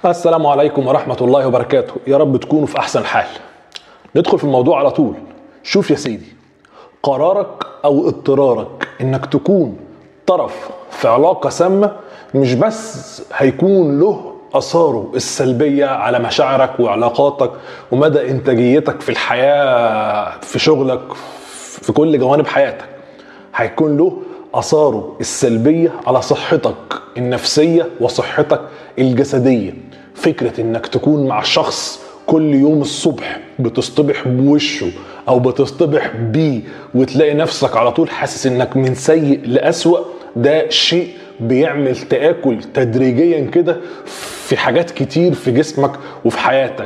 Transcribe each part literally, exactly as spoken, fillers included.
السلام عليكم ورحمة الله وبركاته. يا رب تكونوا في أحسن حال. ندخل في الموضوع على طول. شوف يا سيدي، قرارك أو اضطرارك إنك تكون طرف في علاقة سامة مش بس هيكون له أثاره السلبية على مشاعرك وعلاقاتك ومدى إنتاجيتك في الحياة، في شغلك، في كل جوانب حياتك، هيكون له أثاره السلبية على صحتك النفسية وصحتك الجسدية. فكرة إنك تكون مع شخص كل يوم الصبح بتصطبح بوشه أو بتصطبح بيه وتلاقي نفسك على طول حاسس إنك من سيء لأسوأ، ده شيء بيعمل تآكل تدريجيا كده في حاجات كتير في جسمك وفي حياتك.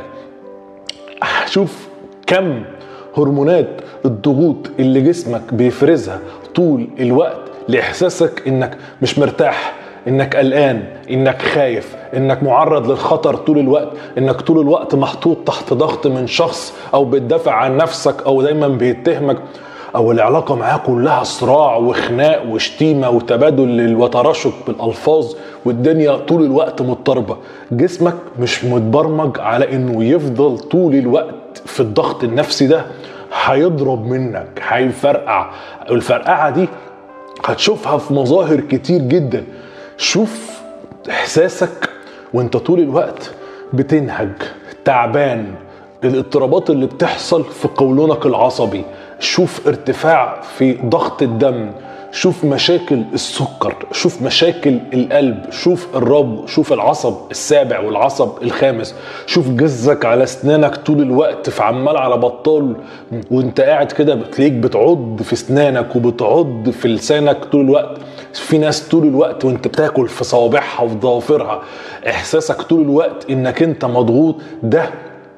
شوف كم هرمونات الضغوط اللي جسمك بيفرزها طول الوقت لإحساسك إنك مش مرتاح، إنك قلقان، إنك خايف، إنك معرض للخطر طول الوقت، إنك طول الوقت محطوط تحت ضغط من شخص أو بتدافع عن نفسك أو دايما بيتهمك، أو العلاقة معاه كلها صراع وخناق وشتيمة وتبادل وتراشق بالألفاظ والدنيا طول الوقت مضطربة. جسمك مش متبرمج على إنه يفضل طول الوقت في الضغط النفسي ده، هيضرب منك، هيفرقع. الفرقعة دي هتشوفها في مظاهر كتير جدا. شوف إحساسك وانت طول الوقت بتنهج، تعبان، الاضطرابات اللي بتحصل في قولونك العصبي، شوف ارتفاع في ضغط الدم، شوف مشاكل السكر، شوف مشاكل القلب، شوف الربو، شوف العصب السابع والعصب الخامس، شوف جزك على اسنانك طول الوقت في عمال على بطال، وانت قاعد كده بتلاقيك بتعض في اسنانك وبتعض في لسانك طول الوقت. في ناس طول الوقت وانت بتاكل في صوابعها وفي ضوافرها، احساسك طول الوقت انك انت مضغوط، ده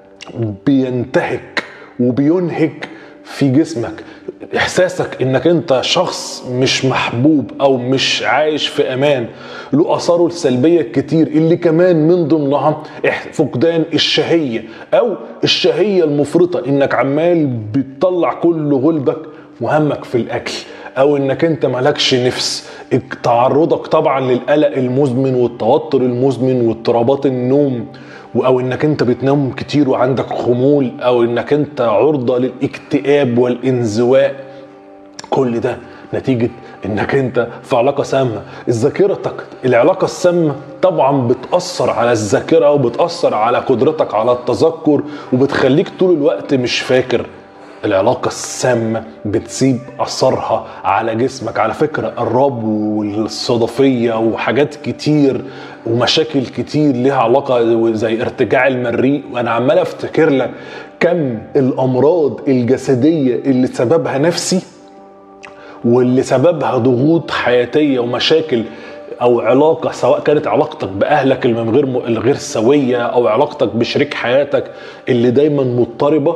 بينتهك وبينهك في جسمك. احساسك انك انت شخص مش محبوب او مش عايش في امان، له اثاره السلبيه الكتير اللي كمان من ضمنها فقدان الشهيه او الشهيه المفرطه، انك عمال بتطلع كل غلبك وهمك في الاكل، او انك انت مالكش نفس، تعرضك طبعا للقلق المزمن والتوتر المزمن واضطرابات النوم، او انك انت بتنام كتير وعندك خمول، او انك انت عرضة للاكتئاب والانزواء. كل ده نتيجة انك انت في علاقة سامة. ذاكرتك، العلاقة السامة طبعا بتأثر على الذاكرة وبتأثر على قدرتك على التذكر وبتخليك طول الوقت مش فاكر. العلاقة السامة بتسيب أثرها على جسمك. على فكرة الربو والصدفية وحاجات كتير ومشاكل كتير لها علاقة زي ارتجاع المريء، وأنا عمال أفتكر لك كم الأمراض الجسدية اللي سببها نفسي واللي سببها ضغوط حياتية ومشاكل أو علاقة، سواء كانت علاقتك بأهلك اللي غير الغير سوية أو علاقتك بشريك حياتك اللي دايما مضطربة،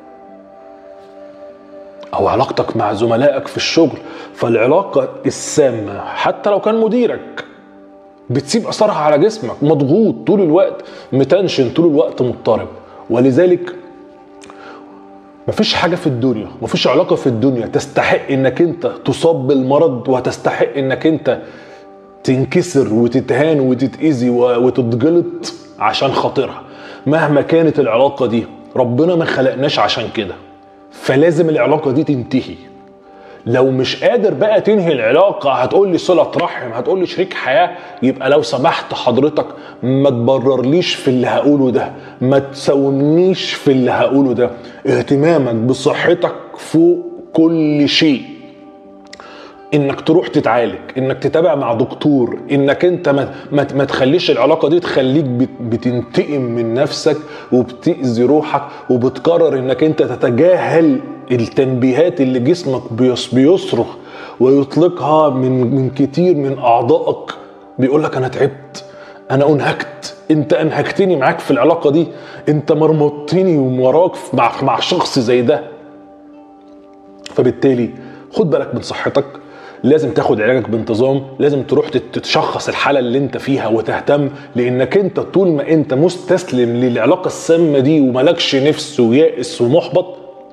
أو علاقتك مع زملائك في الشغل. فالعلاقة السامة حتى لو كان مديرك بتسيب أثرها على جسمك، مضغوط طول الوقت، متنشن طول الوقت، مضطرب. ولذلك مفيش حاجة في الدنيا، مفيش علاقة في الدنيا تستحق إنك أنت تصاب بالمرض وتستحق إنك أنت تنكسر وتتهان وتتأذي وتتجلط عشان خاطرها. مهما كانت العلاقة دي، ربنا ما خلقناش عشان كده، فلازم العلاقة دي تنتهي. لو مش قادر بقى تنهي العلاقة، هتقول لي صلة رحم، هتقول لي شريك حياة، يبقى لو سمحت حضرتك ما تبررليش في اللي هقوله ده، ما تساومنيش في اللي هقوله ده. اهتمامك بصحتك فوق كل شيء، انك تروح تتعالج، انك تتابع مع دكتور، انك انت ما, ما, ما تخليش العلاقة دي تخليك بتنتقم من نفسك وبتأذي روحك وبتقرر انك انت تتجاهل التنبيهات اللي جسمك بيصرخ ويطلقها من, من كتير من اعضائك. بيقولك انا تعبت، انا انهكت، انت انهكتني معاك في العلاقة دي، انت مرمطتني ومراك مع, مع شخص زي ده. فبالتالي خد بالك من صحتك، لازم تاخد علاجك بانتظام، لازم تروح تتشخص الحالة اللي انت فيها وتهتم، لانك انت طول ما انت مستسلم للعلاقة السامة دي وملكش نفس ويائس ومحبط،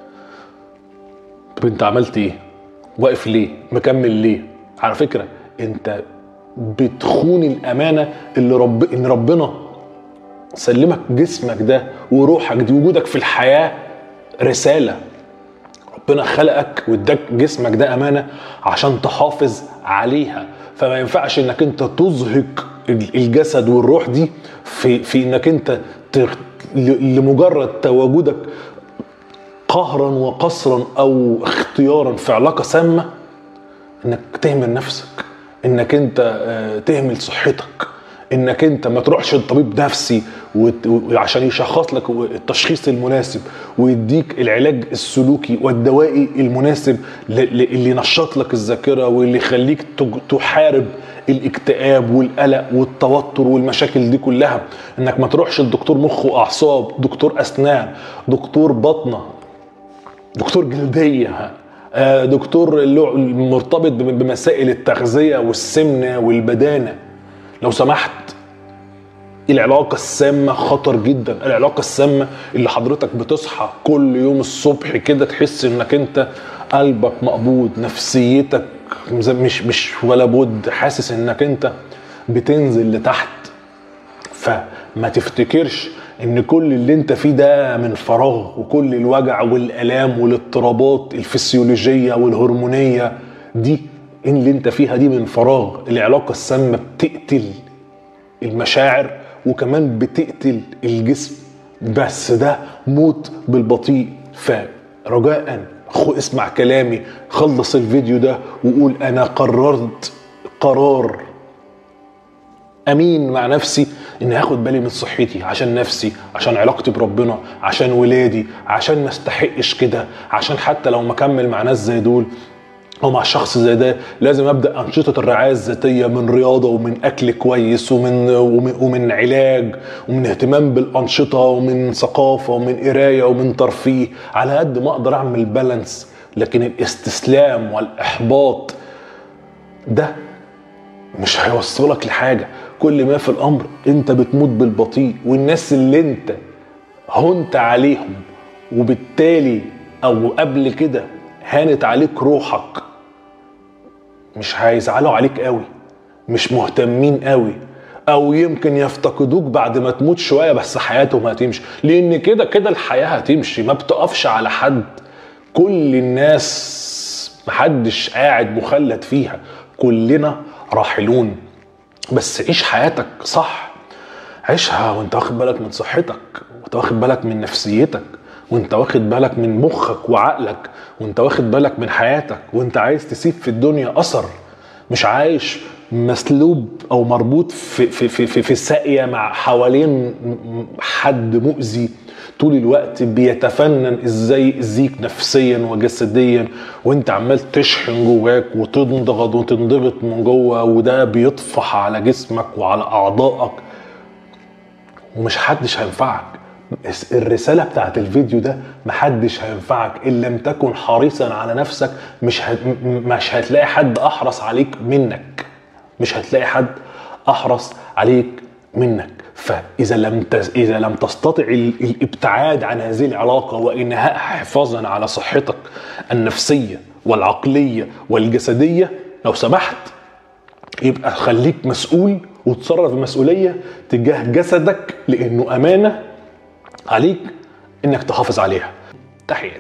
طب انت عملت ايه؟ واقف ليه؟ مكمل ليه؟ على فكرة انت بتخون الامانة اللي رب... ان ربنا سلمك جسمك ده وروحك دي، وجودك في الحياة رسالة. ربنا خلقك واداك جسمك ده امانة عشان تحافظ عليها، فما ينفعش انك انت تزهق الجسد والروح دي في في انك انت لمجرد تواجدك قهرا وقصرا او اختيارا في علاقة سامة انك تهمل نفسك، انك انت تهمل صحتك، انك انت ما تروحش لطبيب نفسي عشان يشخص لك التشخيص المناسب ويديك العلاج السلوكي والدوائي المناسب اللي ينشط لك الذاكره واللي يخليك تحارب الاكتئاب والقلق والتوتر والمشاكل دي كلها. انك ما تروحش لدكتور مخ واعصاب، دكتور اسنان، دكتور بطنه، دكتور جلديه، دكتور مرتبط بمسائل التغذيه والسمنه والبدانه. لو سمحت، العلاقة السامة خطر جدا. العلاقة السامة اللي حضرتك بتصحى كل يوم الصبح كده تحس انك انت قلبك مقبوض، نفسيتك مش مش ولا بد، حاسس انك انت بتنزل لتحت. فما تفتكرش ان كل اللي انت فيه ده من فراغ، وكل الوجع والالام والاضطرابات الفسيولوجية والهرمونية دي ان اللي انت فيها دي من فراغ. العلاقة السامة بتقتل المشاعر وكمان بتقتل الجسم، بس ده موت بالبطيء. فرجاء خو اسمع كلامي، خلص الفيديو ده وقول انا قررت قرار امين مع نفسي اني هاخد بالي من صحتي، عشان نفسي، عشان علاقتي بربنا، عشان ولادي، عشان ما استحقش كده، عشان حتى لو ما اكمل مع ناس زي دول او مع شخص زي ده لازم ابدا انشطه الرعايه الذاتيه من رياضه ومن اكل كويس ومن ومن, ومن علاج ومن اهتمام بالانشطه ومن ثقافه ومن قرايه ومن ترفيه، على قد ما اقدر اعمل بالانس. لكن الاستسلام والاحباط ده مش هيوصلك لحاجه. كل ما في الامر انت بتموت بالبطيء، والناس اللي انت هنت عليهم وبالتالي او قبل كده هانت عليك روحك مش هيزعلوا عليك قوي، مش مهتمين قوي، او يمكن يفتقدوك بعد ما تموت شوية، بس حياتهم هتمشي، لان كده كده الحياة هتمشي، ما بتقفش على حد. كل الناس محدش قاعد مخلد فيها، كلنا راحلون. بس عيش حياتك صح، عيشها وانت واخد بالك من صحتك، وانت واخد بالك من نفسيتك، وانت واخد بالك من مخك وعقلك، وانت واخد بالك من حياتك، وانت عايز تسيب في الدنيا اثر، مش عايش مسلوب او مربوط في في في في, في ساقيه مع حوالين حد مؤذي طول الوقت بيتفنن ازاي يأذيك نفسيا وجسديا، وانت عمال تشحن جواك وتنضغط وتنضغط من جوه، وده بيطفح على جسمك وعلى اعضائك ومش حدش هينفعك. الرسالة بتاعت الفيديو ده محدش هينفعك إن لم تكن حريصا على نفسك. مش هت... مش هتلاقي حد أحرص عليك منك، مش هتلاقي حد أحرص عليك منك. فإذا لم تز... إذا لم تستطع الابتعاد عن هذه العلاقة وإنهائها حفاظا على صحتك النفسية والعقلية والجسدية، لو سمحت يبقى خليك مسؤول وتصرف بمسؤولية تجاه جسدك، لأنه أمانة عليك انك تحافظ عليها. تحياتي.